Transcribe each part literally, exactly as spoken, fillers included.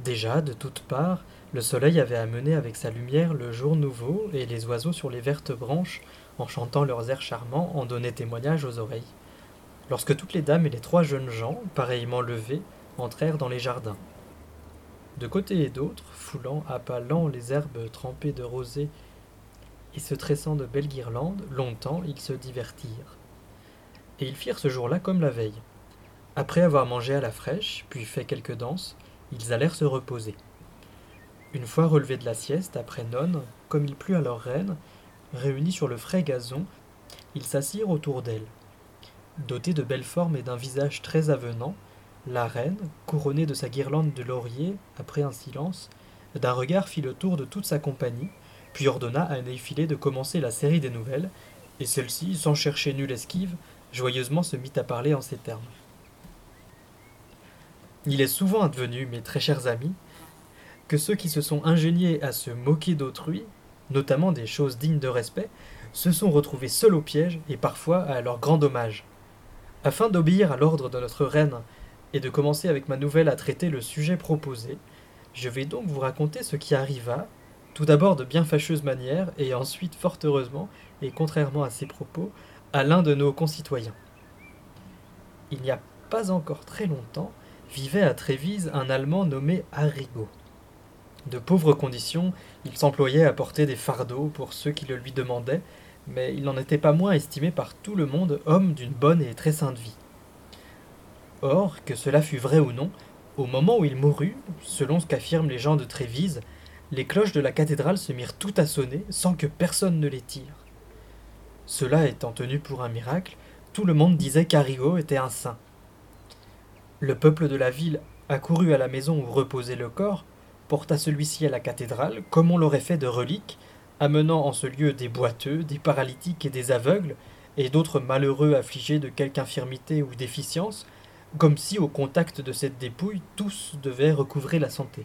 Déjà, de toutes parts, le soleil avait amené avec sa lumière le jour nouveau, et les oiseaux sur les vertes branches, en chantant leurs airs charmants, en donnaient témoignage aux oreilles. Lorsque toutes les dames et les trois jeunes gens, pareillement levés, entrèrent dans les jardins. De côté et d'autre, foulant à pas lents les herbes trempées de rosée et se tressant de belles guirlandes, longtemps ils se divertirent. Et ils firent ce jour-là comme la veille. Après avoir mangé à la fraîche, puis fait quelques danses, ils allèrent se reposer. Une fois relevés de la sieste, après nonne, comme il plut à leur reine, réunis sur le frais gazon, ils s'assirent autour d'elle. Dotée de belles formes et d'un visage très avenant, la reine, couronnée de sa guirlande de laurier, après un silence, d'un regard fit le tour de toute sa compagnie, puis ordonna à Néphilée de commencer la série des nouvelles, et celle-ci, sans chercher nulle esquive, joyeusement se mit à parler en ces termes. Il est souvent advenu, mes très chers amis, que ceux qui se sont ingéniés à se moquer d'autrui, notamment des choses dignes de respect, se sont retrouvés seuls au piège et parfois à leur grand dommage. Afin d'obéir à l'ordre de notre reine et de commencer avec ma nouvelle à traiter le sujet proposé, je vais donc vous raconter ce qui arriva, tout d'abord de bien fâcheuses manières, et ensuite fort heureusement, et contrairement à ses propos, à l'un de nos concitoyens. Il n'y a pas encore très longtemps, vivait à Trévise un Allemand nommé Arrigo. De pauvres conditions, il s'employait à porter des fardeaux pour ceux qui le lui demandaient, mais il n'en était pas moins estimé par tout le monde homme d'une bonne et très sainte vie. Or, que cela fût vrai ou non, au moment où il mourut, selon ce qu'affirment les gens de Trévise, les cloches de la cathédrale se mirent toutes à sonner sans que personne ne les tire. Cela étant tenu pour un miracle, tout le monde disait qu'Arrigo était un saint. Le peuple de la ville accourut à la maison où reposait le corps, porta celui-ci à la cathédrale, comme on l'aurait fait de reliques, amenant en ce lieu des boiteux, des paralytiques et des aveugles, et d'autres malheureux affligés de quelque infirmité ou déficience, comme si au contact de cette dépouille tous devaient recouvrer la santé.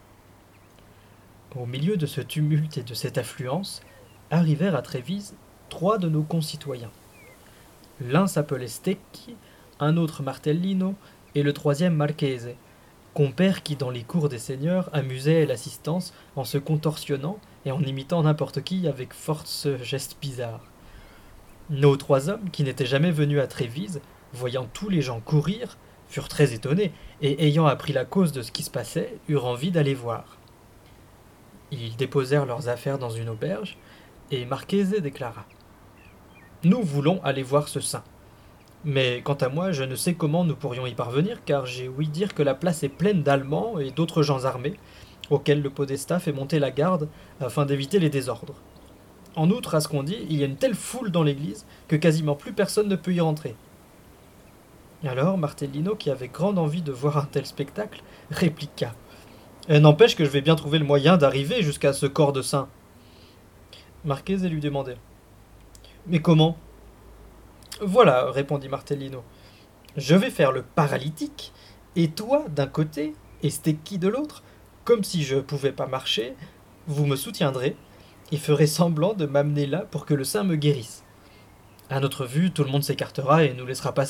Au milieu de ce tumulte et de cette affluence, arrivèrent à Trévise trois de nos concitoyens. L'un s'appelait Stecchi, un autre Martellino, et le troisième Marchese, compère qui dans les cours des seigneurs amusait l'assistance en se contorsionnant et en imitant n'importe qui avec force gestes bizarres. Nos trois hommes, qui n'étaient jamais venus à Trévise, voyant tous les gens courir, furent très étonnés, et ayant appris la cause de ce qui se passait, eurent envie d'aller voir. Ils déposèrent leurs affaires dans une auberge, et Marchese déclara « Nous voulons aller voir ce saint. Mais quant à moi, je ne sais comment nous pourrions y parvenir, car j'ai ouï dire que la place est pleine d'Allemands et d'autres gens armés, auxquels le podestat fait monter la garde afin d'éviter les désordres. En outre, à ce qu'on dit, il y a une telle foule dans l'église que quasiment plus personne ne peut y rentrer. » Alors Martellino, qui avait grande envie de voir un tel spectacle, répliqua « N'empêche que je vais bien trouver le moyen d'arriver jusqu'à ce corps de saint. » Marchese lui demandait « Mais comment ?»« Voilà, répondit Martellino. Je vais faire le paralytique, et toi d'un côté, et Stecchi de l'autre, comme si je ne pouvais pas marcher, vous me soutiendrez, et ferez semblant de m'amener là pour que le saint me guérisse. À notre vue, tout le monde s'écartera et nous laissera passer. »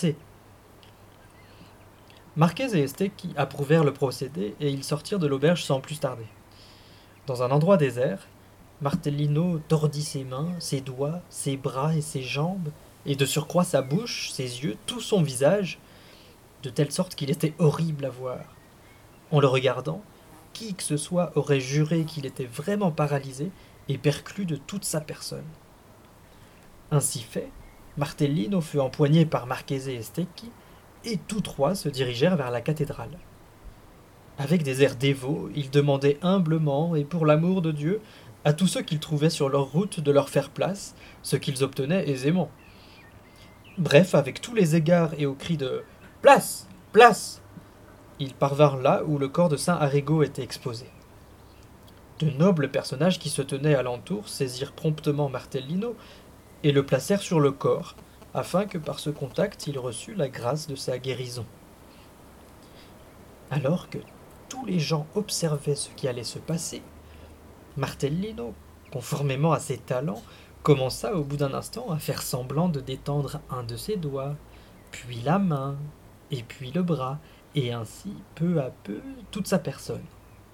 Marchese et Stecchi approuvèrent le procédé, et ils sortirent de l'auberge sans plus tarder. Dans un endroit désert, Martellino tordit ses mains, ses doigts, ses bras et ses jambes, et de surcroît sa bouche, ses yeux, tout son visage, de telle sorte qu'il était horrible à voir. En le regardant, qui que ce soit aurait juré qu'il était vraiment paralysé et perclus de toute sa personne. Ainsi fait, Martellino fut empoigné par Marchese et Stecchi, et tous trois se dirigèrent vers la cathédrale. Avec des airs dévots, ils demandaient humblement, et pour l'amour de Dieu, à tous ceux qu'ils trouvaient sur leur route de leur faire place, ce qu'ils obtenaient aisément. Bref, avec tous les égards et aux cris de « Place! Place !» ils parvinrent là où le corps de saint Arrigo était exposé. De nobles personnages qui se tenaient alentour saisirent promptement Martellino et le placèrent sur le corps, afin que par ce contact il reçût la grâce de sa guérison. Alors que tous les gens observaient ce qui allait se passer, Martellino, conformément à ses talents, commença au bout d'un instant à faire semblant de détendre un de ses doigts, puis la main, et puis le bras, et ainsi, peu à peu, toute sa personne.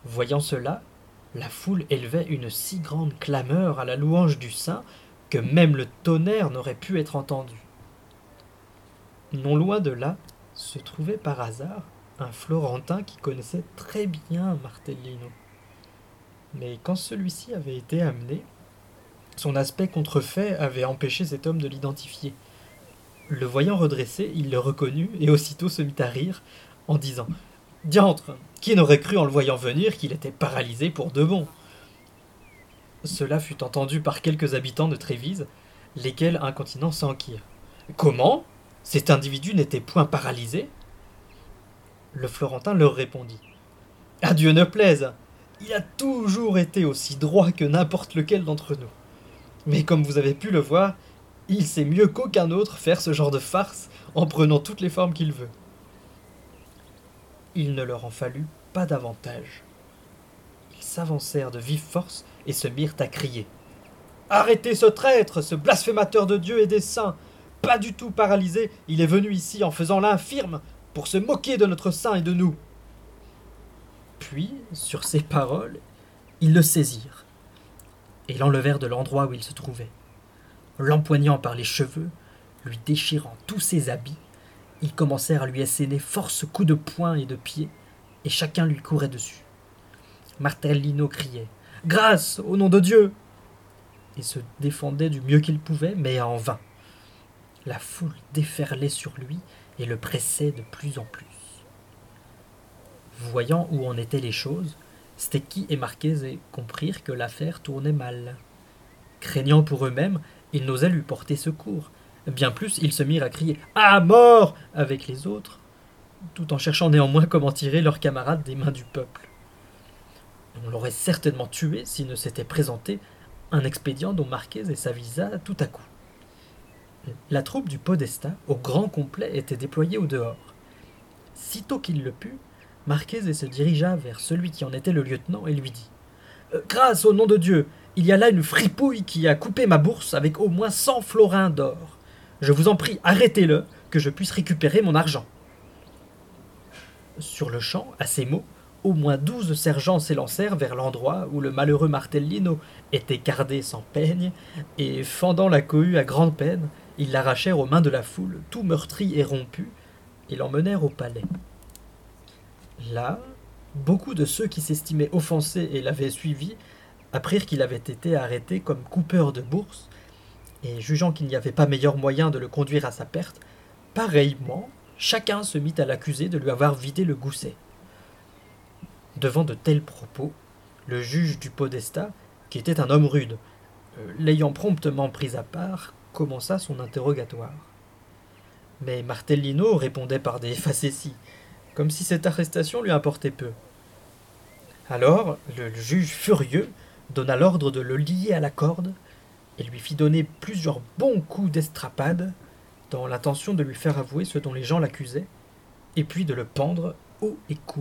Voyant cela, la foule élevait une si grande clameur à la louange du saint que même le tonnerre n'aurait pu être entendu. Non loin de là se trouvait par hasard un Florentin qui connaissait très bien Martellino. Mais quand celui-ci avait été amené, son aspect contrefait avait empêché cet homme de l'identifier. Le voyant redressé, il le reconnut et aussitôt se mit à rire en disant « Diantre, qui n'aurait cru en le voyant venir qu'il était paralysé pour de bon ?» Cela fut entendu par quelques habitants de Trévise, lesquels incontinents s'enquirent. « Comment ? Cet individu n'était point paralysé ?» Le Florentin leur répondit « À Dieu ne plaise, il a toujours été aussi droit que n'importe lequel d'entre nous. Mais comme vous avez pu le voir, il sait mieux qu'aucun autre faire ce genre de farce en prenant toutes les formes qu'il veut. » Il ne leur en fallut pas davantage. Ils s'avancèrent de vive force et se mirent à crier « Arrêtez ce traître, ce blasphémateur de Dieu et des saints! Pas du tout paralysé, il est venu ici en faisant l'infirme pour se moquer de notre saint et de nous. » Puis, sur ces paroles, ils le saisirent et l'enlevèrent de l'endroit où il se trouvait. L'empoignant par les cheveux, lui déchirant tous ses habits, ils commencèrent à lui asséner force coups de poing et de pied, et chacun lui courait dessus. Martellino criait « Grâce, au nom de Dieu !» et se défendait du mieux qu'il pouvait, mais en vain. La foule déferlait sur lui et le pressait de plus en plus. Voyant où en étaient les choses, Stecchi et Marchese comprirent que l'affaire tournait mal. Craignant pour eux-mêmes, ils n'osaient lui porter secours. Bien plus, ils se mirent à crier « À mort !» avec les autres, tout en cherchant néanmoins comment tirer leurs camarades des mains du peuple. On l'aurait certainement tué s'il ne s'était présenté un expédient dont Marchese s'avisa tout à coup. La troupe du Podesta, au grand complet, était déployée au dehors. Sitôt qu'il le put, Marchese se dirigea vers celui qui en était le lieutenant et lui dit euh, « Grâce au nom de Dieu, il y a là une fripouille qui a coupé ma bourse avec au moins cent florins d'or. Je vous en prie, arrêtez-le, que je puisse récupérer mon argent. » Sur-le-champ, à ces mots, au moins douze sergents s'élancèrent vers l'endroit où le malheureux Martellino était gardé sans peigne, et, fendant la cohue à grande peine, ils l'arrachèrent aux mains de la foule, tout meurtri et rompu, et l'emmenèrent au palais. Là, beaucoup de ceux qui s'estimaient offensés et l'avaient suivi apprirent qu'il avait été arrêté comme coupeur de bourse, et jugeant qu'il n'y avait pas meilleur moyen de le conduire à sa perte, pareillement, chacun se mit à l'accuser de lui avoir vidé le gousset. Devant de tels propos, le juge du Podesta, qui était un homme rude, euh, l'ayant promptement pris à part, commença son interrogatoire. Mais Martellino répondait par des facéties, comme si cette arrestation lui importait peu. Alors, le, le juge furieux donna l'ordre de le lier à la corde et lui fit donner plusieurs bons coups d'estrapade dans l'intention de lui faire avouer ce dont les gens l'accusaient, et puis de le pendre haut et court.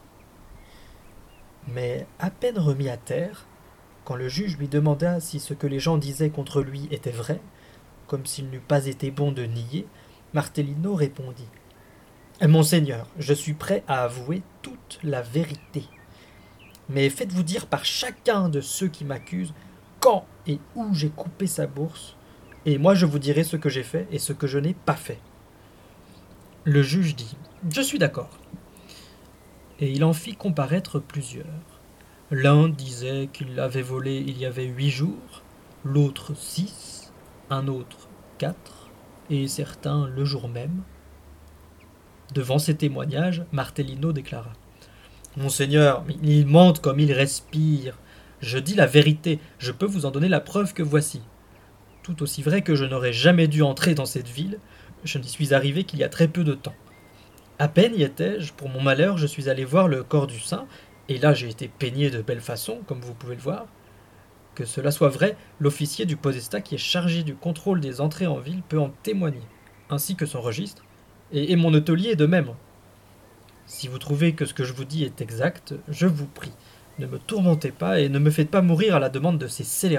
Mais à peine remis à terre, quand le juge lui demanda si ce que les gens disaient contre lui était vrai, comme s'il n'eût pas été bon de nier, Martellino répondit « Monseigneur, je suis prêt à avouer toute la vérité. Mais faites-vous dire par chacun de ceux qui m'accusent quand et où j'ai coupé sa bourse, et moi je vous dirai ce que j'ai fait et ce que je n'ai pas fait. » Le juge dit « Je suis d'accord. » Et il en fit comparaître plusieurs. L'un disait qu'il l'avait volé il y avait huit jours, l'autre six, un autre quatre, et certains le jour même. Devant ces témoignages, Martellino déclara « Monseigneur, il mente comme il respire. Je dis la vérité, je peux vous en donner la preuve que voici. Tout aussi vrai que je n'aurais jamais dû entrer dans cette ville, je n'y suis arrivé qu'il y a très peu de temps. À peine y étais-je, pour mon malheur, je suis allé voir le corps du saint, et là j'ai été peigné de belle façon, comme vous pouvez le voir. Que cela soit vrai, l'officier du Podesta qui est chargé du contrôle des entrées en ville peut en témoigner, ainsi que son registre, et, et mon hôtelier de même. Si vous trouvez que ce que je vous dis est exact, je vous prie, ne me tourmentez pas et ne me faites pas mourir à la demande de ces scélérats. »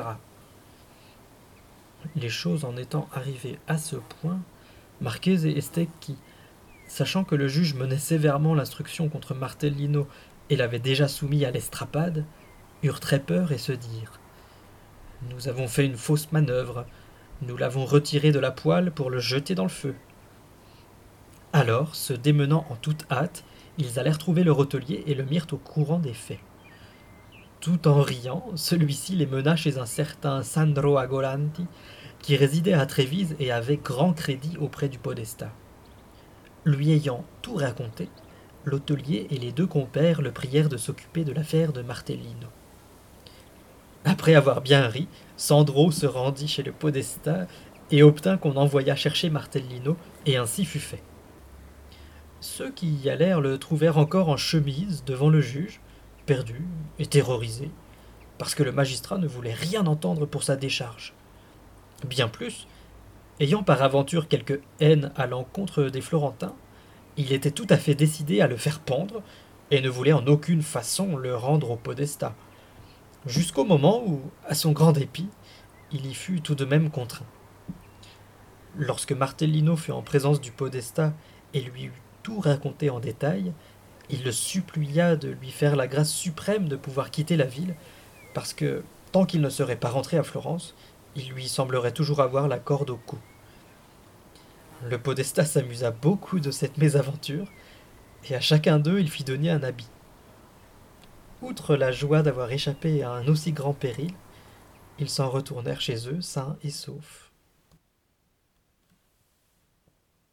Les choses en étant arrivées à ce point, Marchese et Stecchi, sachant que le juge menait sévèrement l'instruction contre Martellino et l'avaient déjà soumis à l'estrapade, eurent très peur et se dirent « Nous avons fait une fausse manœuvre, nous l'avons retiré de la poêle pour le jeter dans le feu. » Alors, se démenant en toute hâte, ils allèrent trouver le rotelier et le mirent au courant des faits. Tout en riant, celui-ci les mena chez un certain Sandro Agolanti, qui résidait à Trévise et avait grand crédit auprès du podestat. Lui ayant tout raconté, l'hôtelier et les deux compères le prièrent de s'occuper de l'affaire de Martellino. Après avoir bien ri, Sandro se rendit chez le podestat et obtint qu'on envoyât chercher Martellino, et ainsi fut fait. Ceux qui y allèrent le trouvèrent encore en chemise devant le juge, perdu et terrorisé, parce que le magistrat ne voulait rien entendre pour sa décharge. Bien plus, ayant par aventure quelque haine à l'encontre des Florentins, il était tout à fait décidé à le faire pendre, et ne voulait en aucune façon le rendre au podestat, jusqu'au moment où, à son grand dépit, il y fut tout de même contraint. Lorsque Martellino fut en présence du podestat et lui eut tout raconté en détail, il le supplia de lui faire la grâce suprême de pouvoir quitter la ville, parce que, tant qu'il ne serait pas rentré à Florence, il lui semblerait toujours avoir la corde au cou. Le podestat s'amusa beaucoup de cette mésaventure, et à chacun d'eux il fit donner un habit. Outre la joie d'avoir échappé à un aussi grand péril, ils s'en retournèrent chez eux sains et saufs.